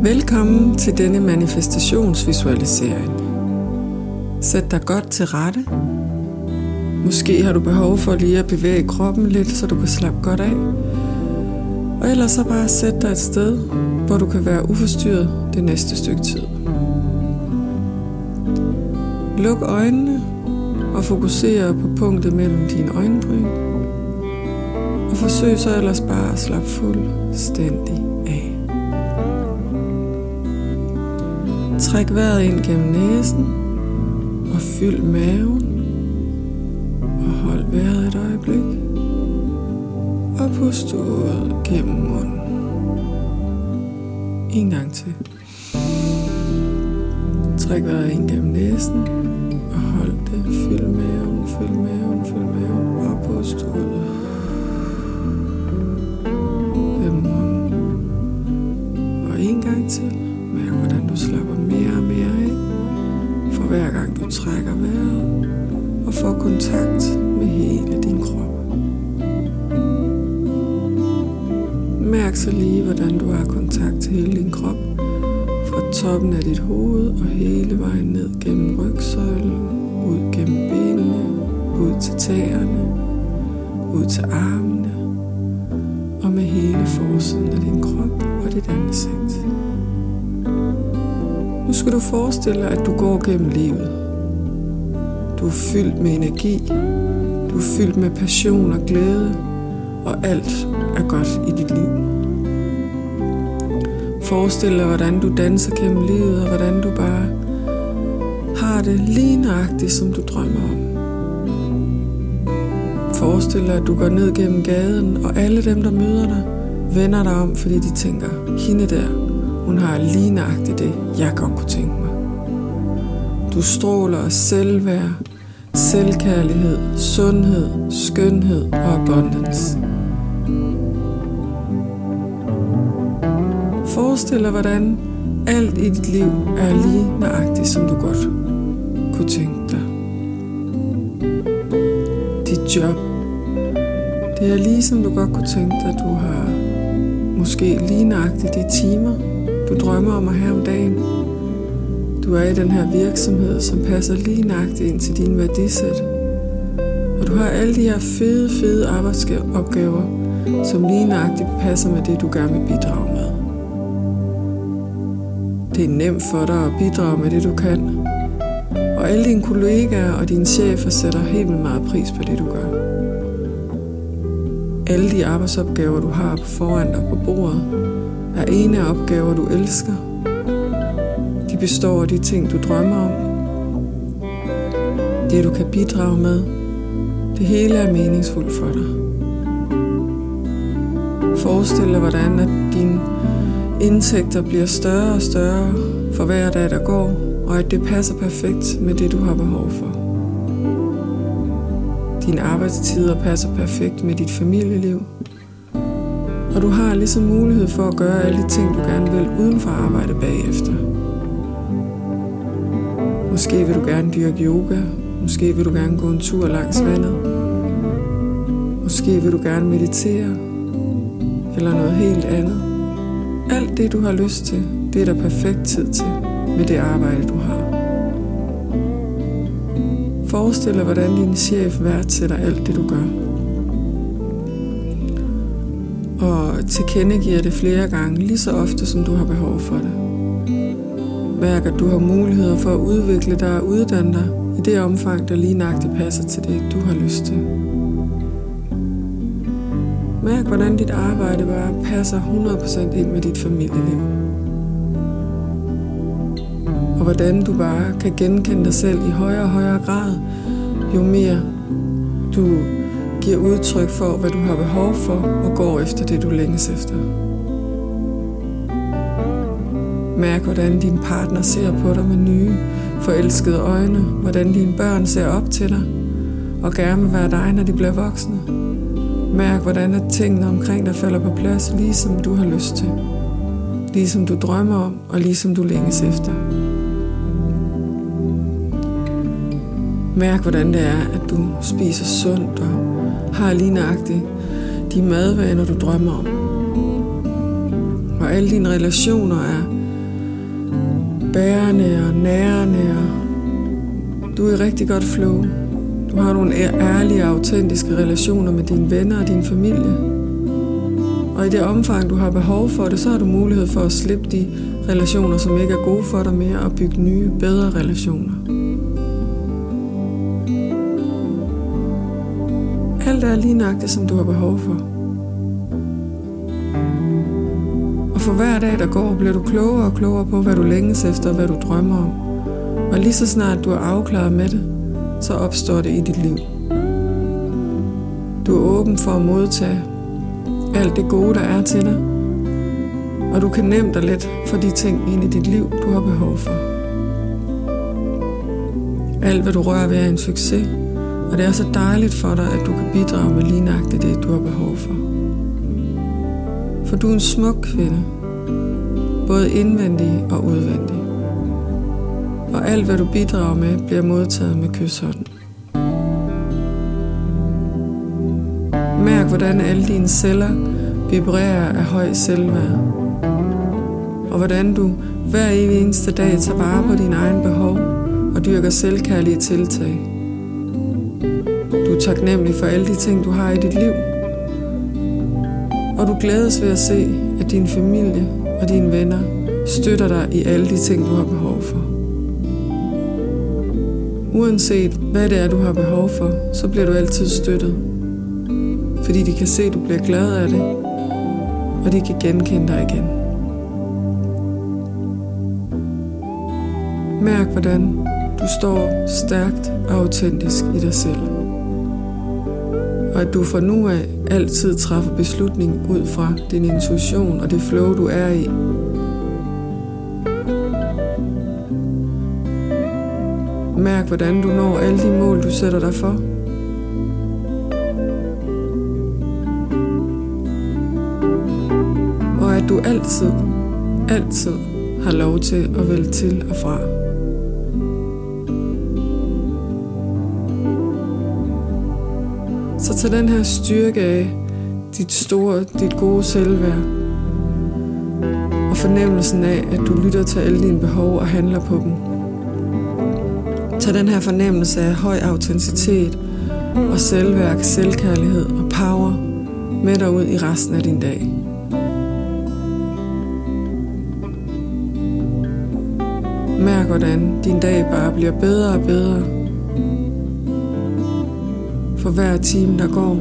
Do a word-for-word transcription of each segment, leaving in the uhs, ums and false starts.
Velkommen til denne manifestationsvisualisering. Sæt dig godt til rette. Måske har du behov for lige at bevæge kroppen lidt, så du kan slappe godt af. Og ellers så bare sæt dig et sted, hvor du kan være uforstyrret det næste stykke tid. Luk øjnene og fokuser på punktet mellem dine øjenbryn. Og forsøg så ellers bare at slappe fuldstændig af. Træk vejret ind gennem næsen og fyld maven. Og hold vejret et øjeblik. Og pust ud gennem munden. En gang til. Træk vejret ind gennem næsen og hold det. Fyld maven, fyld maven, fyld maven og pust ud gennem munden. Og en gang til. Mærk, hvordan du slapper mere og mere af, for hver gang du trækker vejret og får kontakt med hele din krop. Mærk så lige, hvordan du har kontakt til hele din krop, fra toppen af dit hoved og hele vejen ned gennem rygsøjlen, ud gennem benene, ud til tæerne, ud til armene og med hele forsiden af din krop og dit ansigt. Nu skal du forestille dig, at du går gennem livet. Du er fyldt med energi. Du er fyldt med passion og glæde. Og alt er godt i dit liv. Forestil dig, hvordan du danser gennem livet, og hvordan du bare har det lige nøjagtigt, som du drømmer om. Forestil dig, at du går ned gennem gaden, og alle dem, der møder dig, vender dig om, fordi de tænker, hende der, hun har lige nøjagtigt det, jeg godt kunne tænke mig. Du stråler af selvværd, selvkærlighed, sundhed, skønhed og abundance. Forestil dig, hvordan alt i dit liv er lige nøjagtigt, som du godt kunne tænke dig. Dit job, det er lige som du godt kunne tænke dig. Du har måske lige nøjagtigt de timer, du drømmer om at have om dagen. Du er i den her virksomhed, som passer lige nøjagtigt ind til dine værdisæt. Og du har alle de her fede, fede arbejdsopgaver, som lige nøjagtigt passer med det, du gerne vil bidrage med. Det er nemt for dig at bidrage med det, du kan. Og alle dine kollegaer og dine chefer sætter helt vildt meget pris på det, du gør. Alle de arbejdsopgaver, du har foran dig på bordet, er ene af opgaver, du elsker. De består af de ting, du drømmer om. Det, du kan bidrage med. Det hele er meningsfuldt for dig. Forestil dig, hvordan at dine indtægter bliver større og større for hver dag, der går, og at det passer perfekt med det, du har behov for. Dine arbejdstider passer perfekt med dit familieliv. Og du har ligesom mulighed for at gøre alle de ting, du gerne vil uden for arbejde bagefter. Måske vil du gerne dyrke yoga. Måske vil du gerne gå en tur langs vandet. Måske vil du gerne meditere. Eller noget helt andet. Alt det, du har lyst til, det er der perfekt tid til med det arbejde, du har. Forestil dig, hvordan din chef værdsætter alt det, du gør. Og tilkendegiver det flere gange, lige så ofte, som du har behov for det. Mærk, at du har muligheder for at udvikle dig og uddanne dig i det omfang, der lige nøjagtigt passer til det, du har lyst til. Mærk, hvordan dit arbejde bare passer hundrede procent ind med dit familieliv. Og hvordan du bare kan genkende dig selv i højere og højere grad, jo mere du giver udtryk for, hvad du har behov for, og går efter det, du længes efter. Mærk, hvordan din partner ser på dig med nye, forelskede øjne, hvordan dine børn ser op til dig, og gerne vil være dig, når de bliver voksne. Mærk, hvordan at tingene omkring dig falder på plads, ligesom du har lyst til. Ligesom du drømmer om, og ligesom du længes efter. Mærk, hvordan det er, at du spiser sundt og har lige nøjagtigt de madvaner, du drømmer om. Og alle dine relationer er bærende og nærende, og du er i rigtig godt flow. Du har nogle ærlige og autentiske relationer med dine venner og din familie. Og i det omfang, du har behov for det, så har du mulighed for at slippe de relationer, som ikke er gode for dig mere, og bygge nye, bedre relationer. Alt er lige nøjagtigt, som du har behov for. Og for hver dag, der går, bliver du klogere og klogere på, hvad du længes efter, og hvad du drømmer om. Og lige så snart du er afklaret med det, så opstår det i dit liv. Du er åben for at modtage alt det gode, der er til dig, og du kan nemt og let få de ting ind i dit liv, du har behov for. Alt, hvad du rører ved, er en succes, og det er så dejligt for dig, at du kan bidrage med lige nøjagtigt det, du har behov for. For du er en smuk kvinde, både indvendig og udvendig. Og alt, hvad du bidrager med, bliver modtaget med kyshånden. Mærk, hvordan alle dine celler vibrerer af høj selvværd. Og hvordan du hver evig eneste dag tager vare på dine egne behov og dyrker selvkærlige tiltag. Du er taknemmelig for alle de ting, du har i dit liv. Og du glædes ved at se, at din familie og dine venner støtter dig i alle de ting, du har behov for. Uanset hvad det er, du har behov for, så bliver du altid støttet. Fordi de kan se, at du bliver glad af det, og de kan genkende dig igen. Mærk, hvordan du står stærkt og autentisk i dig selv. Og at du fra nu af altid træffer beslutning ud fra din intuition og det flow, du er i. Mærk, hvordan du når alle de mål, du sætter dig for. Og at du altid, altid har lov til at vælge til og fra. Så tag den her styrke af dit store, dit gode selvværd og fornemmelsen af, at du lytter til alle dine behov og handler på dem. Tag den her fornemmelse af høj autenticitet og selvværk, selvkærlighed og power med dig ud i resten af din dag. Mærk, hvordan din dag bare bliver bedre og bedre for hver time, der går.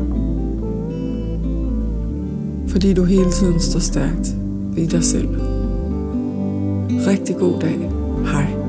Fordi du hele tiden står stærkt i dig selv. Rigtig god dag. Hej.